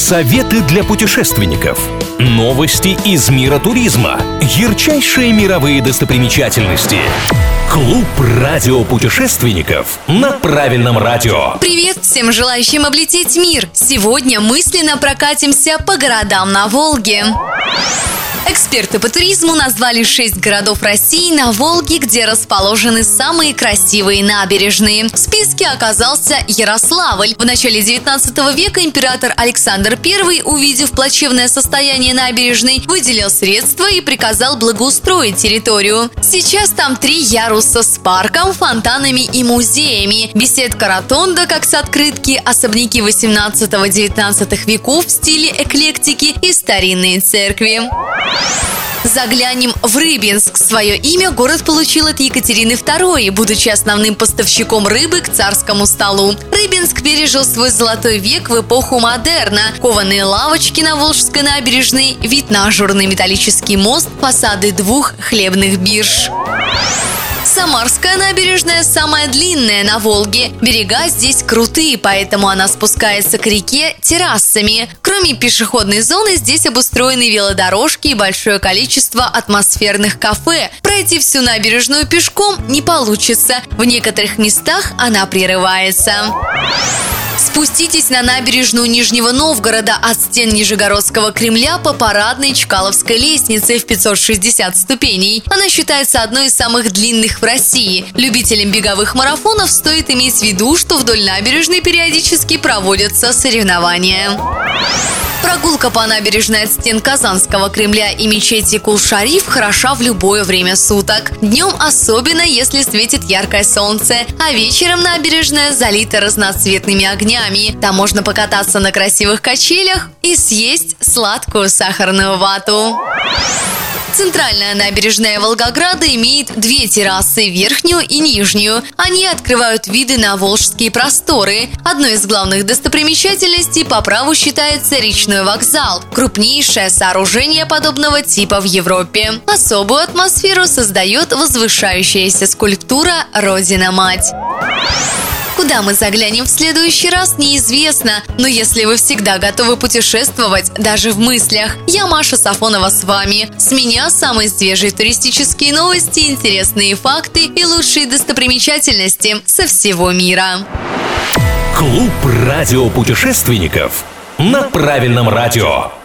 Советы для путешественников. Новости из мира туризма. Ярчайшие мировые достопримечательности. Клуб радиопутешественников на правильном радио. Привет всем желающим облететь мир! Сегодня мысленно прокатимся по городам на Волге. Эксперты по туризму назвали 6 городов России на Волге, где расположены самые красивые набережные. В списке оказался Ярославль. В начале 19 века император Александр I, увидев плачевное состояние набережной, выделил средства и приказал благоустроить территорию. Сейчас там 3 яруса с парком, фонтанами и музеями. Беседка-ротонда, как с открытки, особняки 18-19 веков в стиле эклектики и старинные церкви. Заглянем в Рыбинск. Свое имя город получил от Екатерины II, будучи основным поставщиком рыбы к царскому столу. Рыбинск пережил свой золотой век в эпоху модерна. Кованые лавочки на Волжской набережной, вид на ажурный металлический мост, фасады 2 хлебных бирж. Самарская набережная самая длинная на Волге. Берега здесь крутые, поэтому она спускается к реке террасами. Кроме пешеходной зоны, здесь обустроены велодорожки и большое количество атмосферных кафе. Пройти всю набережную пешком не получится. В некоторых местах она прерывается. Спуститесь на набережную Нижнего Новгорода от стен Нижегородского Кремля по парадной Чкаловской лестнице в 560 ступеней. Она считается одной из самых длинных в России. Любителям беговых марафонов стоит иметь в виду, что вдоль набережной периодически проводятся соревнования. Прогулка по набережной от стен Казанского Кремля и мечети Кул-Шариф хороша в любое время суток. Днем особенно, если светит яркое солнце, а вечером набережная залита разноцветными огнями. Там можно покататься на красивых качелях и съесть сладкую сахарную вату. Центральная набережная Волгограда имеет 2 террасы, верхнюю и нижнюю. Они открывают виды на волжские просторы. Одной из главных достопримечательностей по праву считается речной вокзал, крупнейшее сооружение подобного типа в Европе. Особую атмосферу создает возвышающаяся скульптура «Родина-мать». Куда мы заглянем в следующий раз, неизвестно. Но если вы всегда готовы путешествовать, даже в мыслях, я Маша Сафонова с вами. С меня самые свежие туристические новости, интересные факты и лучшие достопримечательности со всего мира. Клуб радиопутешественников на правильном радио.